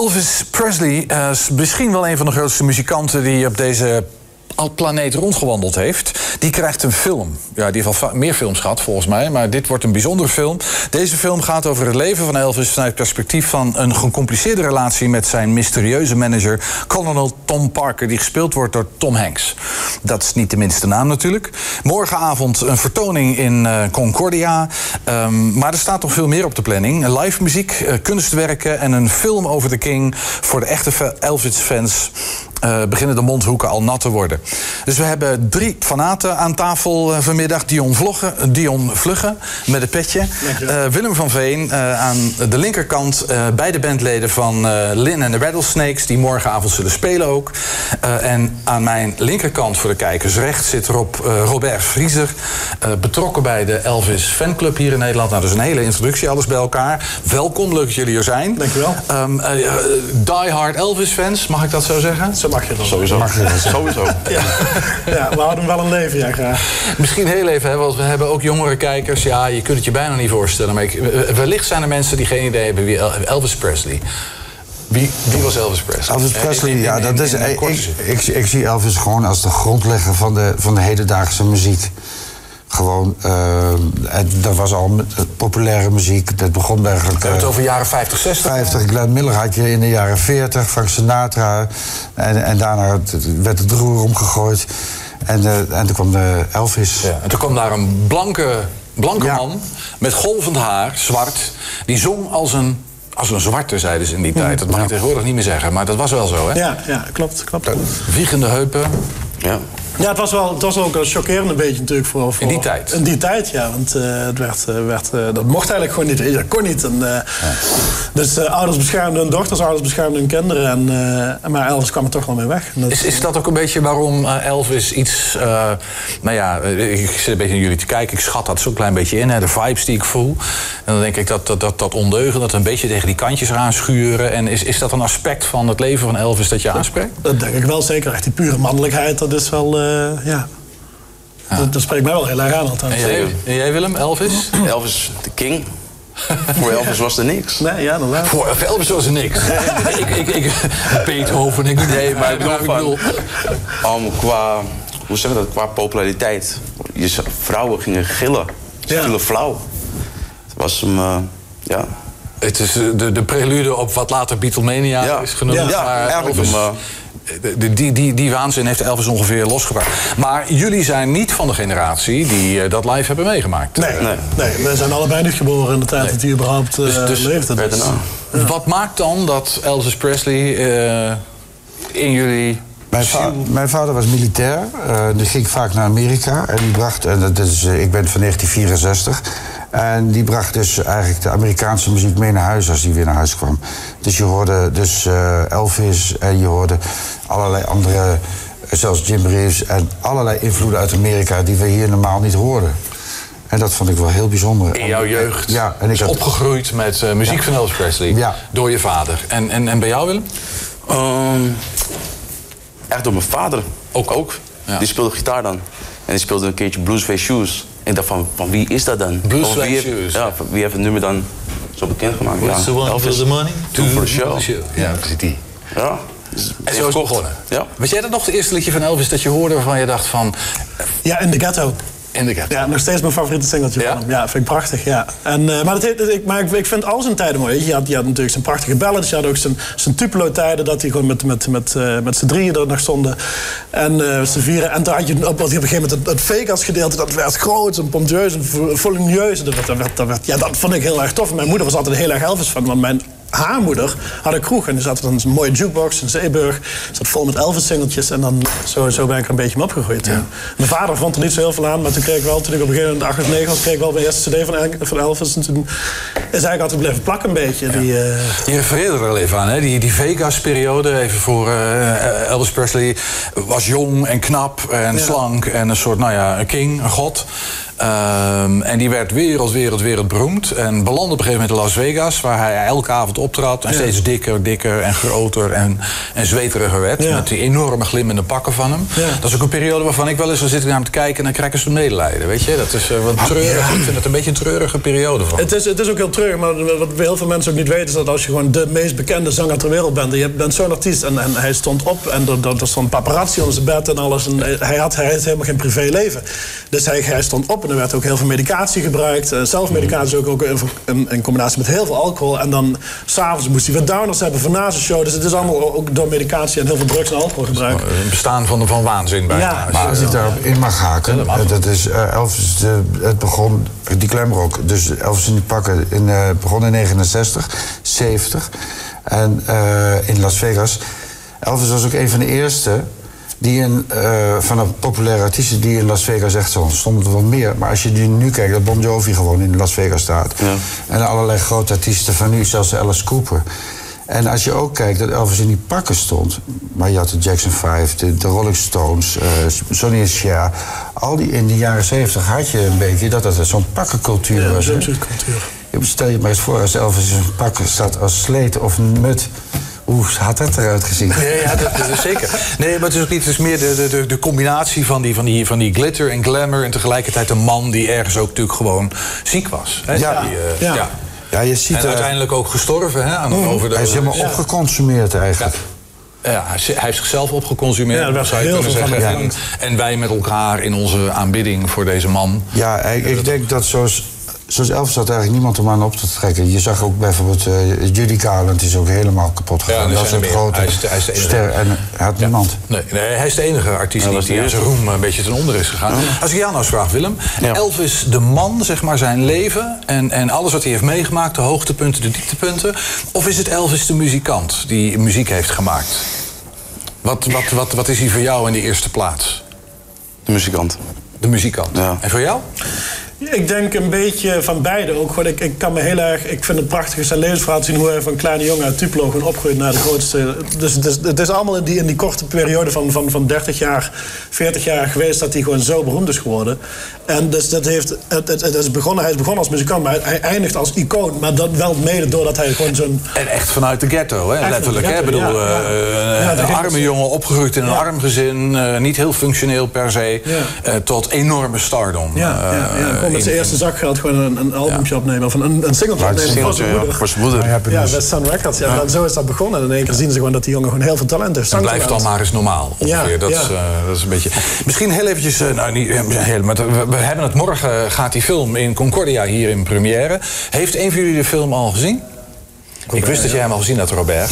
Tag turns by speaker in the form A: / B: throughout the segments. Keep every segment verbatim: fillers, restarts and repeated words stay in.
A: Elvis Presley uh, is misschien wel een van de grootste muzikanten die op deze planeet rondgewandeld heeft. Die krijgt een film. Ja, die heeft al meer films gehad volgens mij, maar dit wordt een bijzondere film. Deze film gaat over het leven van Elvis vanuit het perspectief van een gecompliceerde relatie met zijn mysterieuze manager Colonel Tom Parker, die gespeeld wordt door Tom Hanks. Dat is niet de minste naam natuurlijk. Morgenavond een vertoning in uh, Concordia. Um, maar er staat nog veel meer op de planning. Live muziek, uh, kunstwerken en een film over de King. Voor de echte Elvis-fans Uh, beginnen de mondhoeken al nat te worden. Dus we hebben drie fanaten aan tafel uh, vanmiddag. Dion, Vloggen, Dion Vlugge met het petje. Uh, Willem van Veen uh, aan de linkerkant. Uh, beide bandleden van uh, Lynn and the Rattlesnakes, die morgenavond zullen spelen ook. Uh, en aan mijn linkerkant voor de kijkers rechts zit Rob, uh, Robert Vriezer. Uh, betrokken bij de Elvis fanclub hier in Nederland. Nou, dat is een hele introductie, alles bij elkaar. Welkom, leuk dat jullie er zijn.
B: Dankjewel.
A: Um, uh, uh, die hard Elvis fans, mag ik dat zo zeggen?
B: Zo mag je dat.
C: Sowieso.
B: Mag je dat
C: Sowieso.
B: Ja. Ja, we houden hem wel een leven, ja, graag.
A: Misschien heel even, hè, want we hebben ook jongere kijkers. Ja, je kunt het je bijna niet voorstellen. Maar ik, wellicht zijn er mensen die geen idee hebben wie Elvis Presley. Wie, wie was Elvis Presley?
D: Elvis Presley,
A: in, in,
D: ja, dat is.
A: in, in, in
D: ik, ik, ik, ik zie Elvis gewoon als de grondlegger van de, van de hedendaagse muziek. Gewoon, uh, het, dat was al populaire muziek. Dat begon eigenlijk.
A: We hebben het over jaren vijftig, zestig.
D: vijftig, Glenn Miller had je in de jaren veertig, Frank Sinatra. En, en daarna werd het roer omgegooid. En, uh, en toen kwam de Elvis.
A: Ja, en toen kwam daar een blanke, blanke ja. man met golvend haar, zwart. Die zong als een. Als een zwarte, zeiden ze in die tijd. Dat mag je tegenwoordig niet meer zeggen, maar dat was wel zo, hè?
B: Ja, ja klopt, klopt.
A: Wiegende heupen.
C: Ja.
B: Ja, het was wel, het was ook een chockerend een beetje natuurlijk voor, voor...
A: In die tijd?
B: In die tijd, ja. Want uh, het werd, uh, werd, uh, dat mocht eigenlijk gewoon niet. Dat kon niet. En, uh, ja. Dus uh, ouders beschermden hun dochters, ouders beschermden hun kinderen. En, uh, maar Elvis kwam er toch wel mee weg. Dat,
A: is, is dat ook een beetje waarom uh, Elvis iets... Uh, nou ja, ik zit een beetje naar jullie te kijken. Ik schat dat zo'n klein beetje in, hè, de vibes die ik voel. En dan denk ik dat dat, dat, dat ondeugen, dat een beetje tegen die kantjes eraan schuren. En is, is dat een aspect van het leven van Elvis dat je aanspreekt?
B: Dat denk ik wel zeker. Echt die pure mannelijkheid, dat is wel... Uh, ja. Ja. Dat, dat spreekt mij wel heel erg aan altijd.
A: En jij, en jij Willem, Elvis?
C: Elvis, de king. Voor Elvis was er niks.
B: Nee, ja, dat wel.
A: Voor Elvis was er niks. ik, ik, ik, Beethoven, ik
C: nee, maar ik bedoel, ik bedoel um, qua, hoe zeg je dat, qua populariteit. Je, vrouwen gingen gillen. Ze ja. vielen flauw. Het was hem, uh, ja...
A: Het is de, de prelude op wat later Beatlemania ja. is genoemd.
C: Ja, ja eigenlijk
A: Elvis,
C: hem... Uh,
A: Die, die, die, die waanzin heeft Elvis ongeveer losgebracht. Maar jullie zijn niet van de generatie die uh, dat live hebben meegemaakt.
B: Nee, nee. nee, we zijn allebei niet geboren in de tijd nee. dat hij überhaupt uh, dus, dus leefde. Dus.
A: Ja. Wat maakt dan dat Elvis Presley uh, in jullie...
D: Mijn, va mijn vader was militair. Uh, die ging vaak naar Amerika. En die bracht, en dat is, uh, ik ben van negentien vierenzestig... En die bracht dus eigenlijk de Amerikaanse muziek mee naar huis als hij weer naar huis kwam. Dus je hoorde dus uh, Elvis en je hoorde allerlei andere, zelfs Jim Reeves en allerlei invloeden uit Amerika die we hier normaal niet hoorden. En dat vond ik wel heel bijzonder.
A: In jouw jeugd
D: ja, en ik
A: is
D: had...
A: opgegroeid met uh, muziek ja. van Elvis Presley ja. door je vader. En, en, en bij jou, Willem?
C: Um, echt door mijn vader. Ook ook. Ja. Die speelde gitaar dan. En die speelde een keertje Bluesface Shoes. En ik dacht van, van wie is dat dan?
A: Bluesface Shoes.
C: Ja, wie heeft het nummer dan zo bekend gemaakt?
A: What's
C: ja.
A: the one for the money?
C: Two for the show.
A: show. Ja, precies die.
C: Ja.
A: En zo is het begonnen.
C: Ja.
A: Weet jij dat nog, het eerste liedje van Elvis dat je hoorde waarvan je dacht van...
B: Ja, In the Ghetto.
A: In the Ghetto.
B: Ja, nog steeds mijn favoriete singeltje
A: ja?
B: van hem. Ja, vind ik prachtig, ja. En, uh, maar dat heet, ik, maar ik, ik vind al zijn tijden mooi. Je had, je had natuurlijk zijn prachtige ballads. Je had ook zijn, zijn Tupelo-tijden, dat hij gewoon met, met, met, uh, met z'n drieën er nog stonden. En uh, z'n vieren. En toen had je op, op een gegeven moment het, het Vegas-gedeelte. Dat werd groot en pompieus en volumineus. Dat, werd, dat, werd, dat, werd, ja, dat vond ik heel erg tof. Mijn moeder was altijd heel erg Elvis van. Want mijn haar moeder had een kroeg. En die zat dan een mooie jukebox in Zeeburg. Zat vol met Elvis-singeltjes. En dan zo, zo ben ik er een beetje mee opgegroeid. Ja. Mijn vader vond er niet zo heel veel aan. Maar toen kreeg ik wel, toen ik op een gegeven moment acht of negen was, kreeg ik wel mijn eerste cd van, van Elvis. En toen is eigenlijk altijd blijven plakken een beetje. Ja. Die, uh...
A: Je refereerde er al even aan, hè? Die, die Vegas-periode. Even voor uh, Elvis Presley was jong en knap en ja. slank. En een soort, nou ja, een king, een god. Um, en die werd wereld, wereld, wereld beroemd. En belandde op een gegeven moment in Las Vegas, waar hij elke avond optrad. En ja. steeds dikker, dikker en groter en, en zweteriger werd. Ja. Met die enorme glimmende pakken van hem. Ja. Dat is ook een periode waarvan ik wel eens, dan zit ik naar hem te kijken en dan krijg ik een medelijden. Weet je? Dat is uh, wat treurig. Ja. Ik vind het een beetje een treurige periode van.
B: Het is, het is ook heel treurig, maar wat heel veel mensen ook niet weten is dat als je gewoon de meest bekende zanger ter wereld bent. Je bent zo'n artiest en, en hij stond op en er, er, er stond paparazzi onder zijn bed en alles. En hij, had, hij had helemaal geen privéleven. Dus hij, hij stond op en er werd ook heel veel medicatie gebruikt. Uh, zelfmedicatie ook, ook in, in, in combinatie met heel veel alcohol. En dan s'avonds moest hij weer downers hebben voor na zijn show. Dus het is allemaal ook door medicatie en heel veel drugs en alcohol gebruik.
A: Een bestaan van, van waanzin bijna.
D: Ja, maar als ik daarop in mag haken. Ja, dat, dat is uh, Elvis, de, het begon, die glamrock. Dus Elvis in die pakken in, uh, begon in negenenzestig, zeventig. En uh, in Las Vegas. Elvis was ook een van de eerste die in, uh, van de populaire artiesten die in Las Vegas echt zo stonden er wel meer. Maar als je nu kijkt, dat Bon Jovi gewoon in Las Vegas staat. Ja. En allerlei grote artiesten van nu, zelfs Alice Cooper. En als je ook kijkt dat Elvis in die pakken stond. Maar je had de Jackson vijf, de, de Rolling Stones, uh, Sonny and Cher. Al die in de jaren zeventig had je een beetje dat het zo'n pakkencultuur
B: ja,
D: was.
B: Ja, zo'n cultuur.
D: Stel je maar eens voor als Elvis in een pak staat als sleet of een mut. Hoe had dat eruit gezien?
A: Nee, ja, dat, dat is zeker. Nee, maar het is ook niet. Het is meer de, de, de combinatie van die, van, die, van die glitter en glamour. En tegelijkertijd een man die ergens ook natuurlijk gewoon ziek was. Hè?
D: Ja.
A: Die, uh,
D: ja. ja. ja je ziet,
A: en
D: uh,
A: uiteindelijk ook gestorven. Hè, aan
D: mm,
A: over de,
D: hij is helemaal ja. opgeconsumeerd eigenlijk.
A: Ja. Ja, hij heeft zichzelf opgeconsumeerd,
B: ja, dat
A: zou je kunnen zeggen.
B: Ja.
A: En, en wij met elkaar in onze aanbidding voor deze man.
D: Ja, ik, ik denk dat zoals, zoals Elvis had eigenlijk niemand om aan op te trekken. Je zag ook bijvoorbeeld uh, Judy Garland is ook helemaal kapot gegaan.
A: Ja,
D: dat is een grote
A: hij is de, hij is de
D: ster en hij had ja. niemand.
A: Nee, nee, hij is de enige artiest ja, die aan zijn roem een beetje ten onder is gegaan. Ja. Als ik jou nou eens vraag, Willem. Ja. Elvis, de man, zeg maar, zijn leven en, en alles wat hij heeft meegemaakt, de hoogtepunten, de dieptepunten. Of is het Elvis de muzikant die muziek heeft gemaakt? Wat, wat, wat, wat is hij voor jou in de eerste plaats?
C: De muzikant.
A: De muzikant. Ja. En voor jou?
B: Ik denk een beetje van beide ook. Gewoon, ik, ik kan me heel erg. Ik vind het prachtig zijn levensverhaal te zien hoe hij van een kleine jongen uit Tupelo gewoon opgroeit naar de grootste. Dus het is, het is allemaal in die, in die korte periode van, van, van dertig jaar, veertig jaar geweest dat hij gewoon zo beroemd is geworden. En dus dat heeft. Het, het, het is begonnen, hij is begonnen als muzikant, maar hij eindigt als icoon. Maar dat wel mede doordat hij gewoon zo'n.
A: En echt vanuit de ghetto, hè? Letterlijk. Hè? Ik bedoel, ja, ja. Uh, ja, een arme jongen opgegroeid in een ja. arm gezin, uh, niet heel functioneel per se, ja. uh, tot enorme stardom.
B: Ja, ja, ja. Uh, gewoon met zijn eerste zakgeld gewoon een, een albumje ja. opnemen of een, een singeltje opnemen
C: voor zijn moeder. Voor zijn moeder.
B: Ja, ja, bij Sun Records. Ja, ja. Zo is dat begonnen. En in één keer zien ze gewoon dat die jongen gewoon heel veel talent heeft.
A: En blijft dan maar eens normaal. Ongeveer. Ja, dat, ja. Is, uh, dat is een beetje. Misschien heel eventjes. Uh, nou, niet, heel, maar we, we hebben het morgen. Gaat die film in Concordia hier in première. Heeft een van jullie de film al gezien? Robert, ik wist dat jij hem al gezien had, Robert.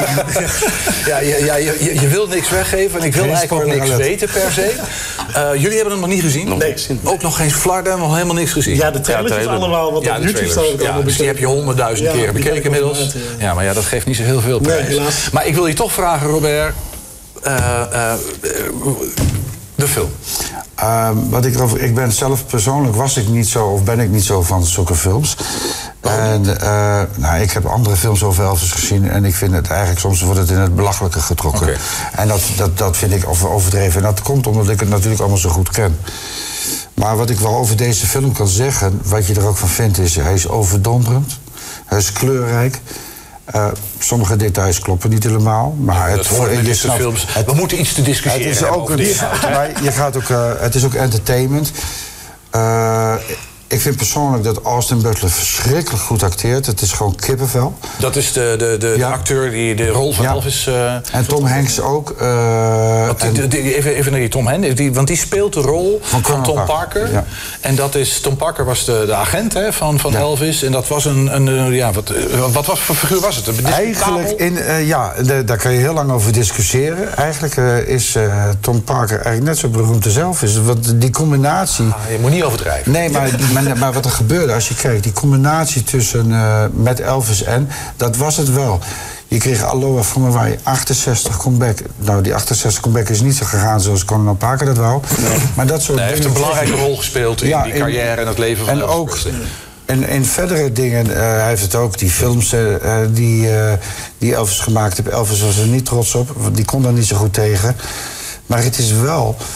A: ja, ja, ja je, je wil niks weggeven en ik wil geen eigenlijk ook niks alert. weten per se. Uh, jullie hebben hem nog niet gezien?
B: Nog
A: nee. Ook nog geen flarden, nog helemaal niks gezien?
B: Ja, de trailers ja, allemaal wat ja, op YouTube staat.
A: Ja, dus die heb je honderdduizend ja, keren bekeken inmiddels. Uit, ja. ja, maar ja, dat geeft niet zo heel veel prijs. Nee, maar ik wil je toch vragen, Robert. Uh, uh, uh, de film.
D: Uh, wat ik, erover, ik ben zelf persoonlijk was ik niet zo, of ben ik niet zo van zulke films. Oh. En uh, nou, ik heb andere films over Elvis gezien en ik vind het eigenlijk soms wordt het in het belachelijke getrokken. Okay. En dat, dat, dat vind ik overdreven. En dat komt omdat ik het natuurlijk allemaal zo goed ken. Maar wat ik wel over deze film kan zeggen, wat je er ook van vindt, is hij is overdonderend, hij is kleurrijk. Uh, sommige details kloppen niet helemaal, maar
A: ja,
D: het
A: voor je snapt, films. Het, we moeten iets te discussiëren.
D: Het is ook een, maar je gaat ook, uh, het is ook entertainment. Uh, ik vind persoonlijk dat Austin Butler verschrikkelijk goed acteert. Het is gewoon kippenvel.
A: Dat is de, de, de, ja. de acteur die de rol van ja. Elvis. Uh,
D: en Tom Hanks ook. Uh,
A: die, die, die, even, even naar die Tom Hanks, die, want die speelt de rol van, van Tom Parker. Parker. Ja. En dat is Tom Parker was de, de agent hè, van, van ja. Elvis. En dat was een, een ja, wat, wat was voor figuur was het? Een
D: Eigenlijk in, uh, ja, de, daar kan je heel lang over discussiëren. Eigenlijk uh, is uh, Tom Parker eigenlijk net zo beroemd als Elvis. Want die combinatie.
A: Ah, je moet niet overdrijven.
D: Nee, maar. Maar, maar wat er gebeurde, als je kijkt, die combinatie tussen uh, met Elvis en, dat was het wel. Je kreeg Aloha from Hawaii, achtenzestig comeback. Nou, die achtenzestig comeback is niet zo gegaan zoals Conan Parker dat wou. Nee. Maar dat soort
A: nee, hij heeft een belangrijke rol gespeeld in ja, die carrière en het leven van
D: en
A: Elvis.
D: Ook, en in verdere dingen, uh, hij heeft het ook, die films uh, die, uh, die Elvis gemaakt heeft. Elvis was er niet trots op, die kon daar niet zo goed tegen. Maar het is wel.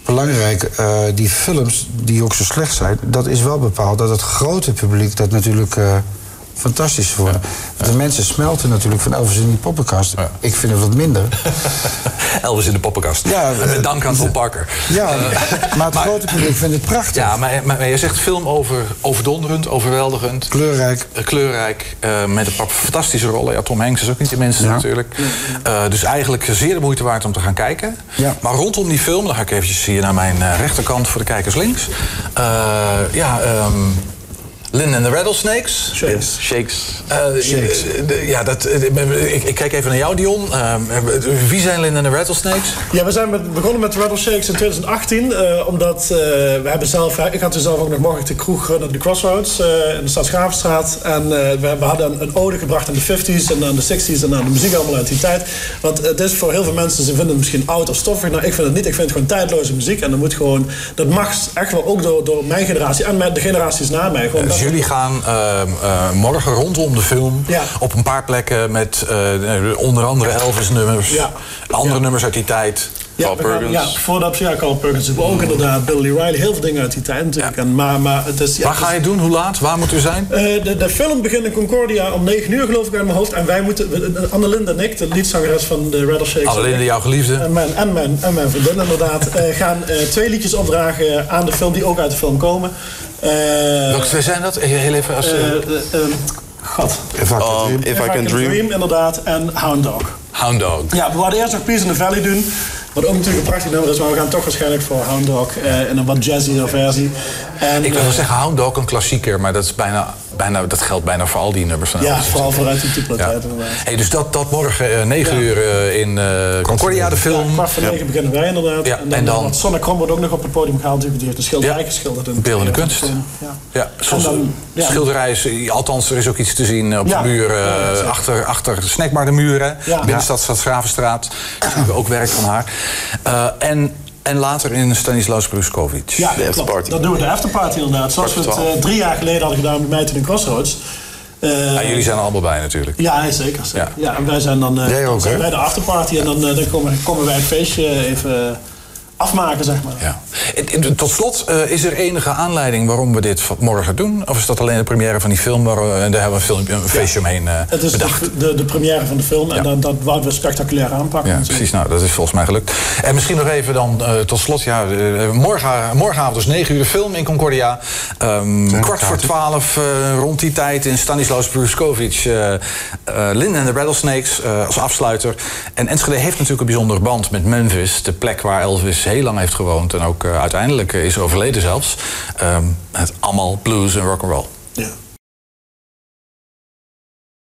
D: belangrijk, uh, die films die ook zo slecht zijn, dat is wel bepaald dat het grote publiek dat natuurlijk uh, fantastisch wordt. Ja. Ja. De mensen smelten natuurlijk van Elvis in die poppenkast. Ja. Ik vind het wat minder.
A: Elvis in de poppenkast. Ja, uh, met dank aan Tom Parker.
D: Ja, uh, maar het maar, grote publiek vindt het prachtig.
A: Ja, maar, maar, maar je zegt film over overdonderend, overweldigend.
D: Kleurrijk.
A: Uh, kleurrijk, uh, met een paar fantastische rollen. Ja, Tom Hanks is ook niet de minste ja. natuurlijk. Uh, dus eigenlijk zeer de moeite waard om te gaan kijken. Ja. Maar rondom die film, dan ga ik eventjes hier naar mijn uh, rechterkant voor de kijkers links. Uh, ja, um, Lynn and the Rattlesnakes.
B: Shakes.
C: Shakes.
A: Uh, Shakes. Uh, ja, dat, uh, ik, ik kijk even naar jou, Dion. Uh, wie zijn Lynn and the Rattlesnakes?
B: Ja, we zijn met, begonnen met de Rattleshakes in twintig achttien. Uh, omdat uh, we hebben zelf... Ik had dus zelf ook nog morgen de kroeg runnen, de Crossroads. Uh, in de Stadsgravenstraat. En uh, we, we hadden een, een ode gebracht aan de vijftiger en aan de zestigers en aan de muziek allemaal uit die tijd. Want het is voor heel veel mensen, ze vinden het misschien oud of stoffig. Nou, ik vind het niet. Ik vind het gewoon tijdloze muziek. En dat moet gewoon... Dat mag echt wel ook door, door mijn generatie en met de generaties na mij. Gewoon
A: dus jullie gaan uh, uh, morgen rondom de film
B: ja.
A: op een paar plekken met uh, onder andere Elvis-nummers, ja. andere ja. nummers uit die tijd.
B: Ja, Carl Perkins. Gaan, ja, voordat ja, Carl Perkins. Maar ook inderdaad Billy Riley. Heel veel dingen uit die tijd natuurlijk. Ja. En, maar, maar het is, ja,
A: Waar ga je doen? Hoe laat? Waar moet u zijn?
B: Uh, de, de film begint in Concordia om negen uur geloof ik uit mijn hoofd. En wij moeten, Annelinde en ik, de liedzangeres van de Rattleshakes.
A: Annelinde, jouw geliefde.
B: En mijn, en mijn, en mijn vriendin inderdaad. uh, gaan uh, twee liedjes opdragen aan de film die ook uit de film komen. Uh,
A: Welke twee zijn dat? Heel even als... Uh, uh, uh,
B: God.
C: If I Can um, Dream.
B: If, if I, I Can Dream. Dream, inderdaad. En Hound Dog.
A: Hound Dog.
B: Ja, we hadden eerst nog Peace in the Valley doen. Wat ook natuurlijk een prachtig nummer is, maar we gaan toch waarschijnlijk voor Hound Dog uh, in een wat jazzier versie. En,
A: ik wil wel uh, zeggen Hound Dog, een klassieker, maar dat, is bijna, bijna, dat geldt bijna voor al die nummers van
B: Ja,
A: Elvis.
B: vooral vooruit die titeltijd. Ja.
A: Hey, dus dat, dat morgen uh, negen ja. uur uh, in uh, Concordia, de film.
B: Ja, kwart voor negen ja. beginnen wij inderdaad.
A: Ja.
B: En dan,
A: en dan
B: want Sonne Krom wordt ook nog op het podium gehaald, die heeft een schilderij ja. geschilderd. In
A: beeldende kunst.
B: Ja,
A: ja. Zoals dan, ja. schilderij is, althans er is ook iets te zien op ja. de muur, uh, ja, achter, achter snackbar de muren, ja. binnenstad Stadsgravenstraat. Daar hebben we ook werk van haar. Uh, en En later in Stanislaus Pruskovic.
B: Ja, de afterparty. Dat doen we de afterparty inderdaad. Zoals we het uh, drie jaar geleden hadden gedaan met mij toen in Crossroads.
A: Uh, ja, jullie zijn er allemaal bij natuurlijk.
B: Ja, zeker. zeker. Ja. Ja, en wij zijn dan, uh,
D: ook,
B: dan zijn bij de afterparty en dan, uh, dan komen, komen wij het feestje even afmaken, zeg maar.
A: Ja. Tot slot, uh, is er enige aanleiding waarom we dit morgen doen? Of is dat alleen de première van die film? Waar we, en daar hebben we een, film, een feestje
B: ja.
A: omheen uh,
B: Het is
A: bedacht.
B: De, de, de première van de film en ja. dat, dat wouden we spectaculair aanpakken.
A: Ja, precies. Nou, dat is volgens mij gelukt. En misschien nog even dan uh, tot slot. Ja, uh, morgen, morgenavond dus negen uur de film in Concordia. Um, kwart voor twaalf, uh, rond die tijd in Stanislaus Pruskovic. Uh, uh, Lynn and the Rattlesnakes uh, als afsluiter. En Enschede heeft natuurlijk een bijzondere band met Memphis. De plek waar Elvis heel lang heeft gewoond en ook uh, uiteindelijk uh, is overleden zelfs. Um, het allemaal blues en rock'n'roll.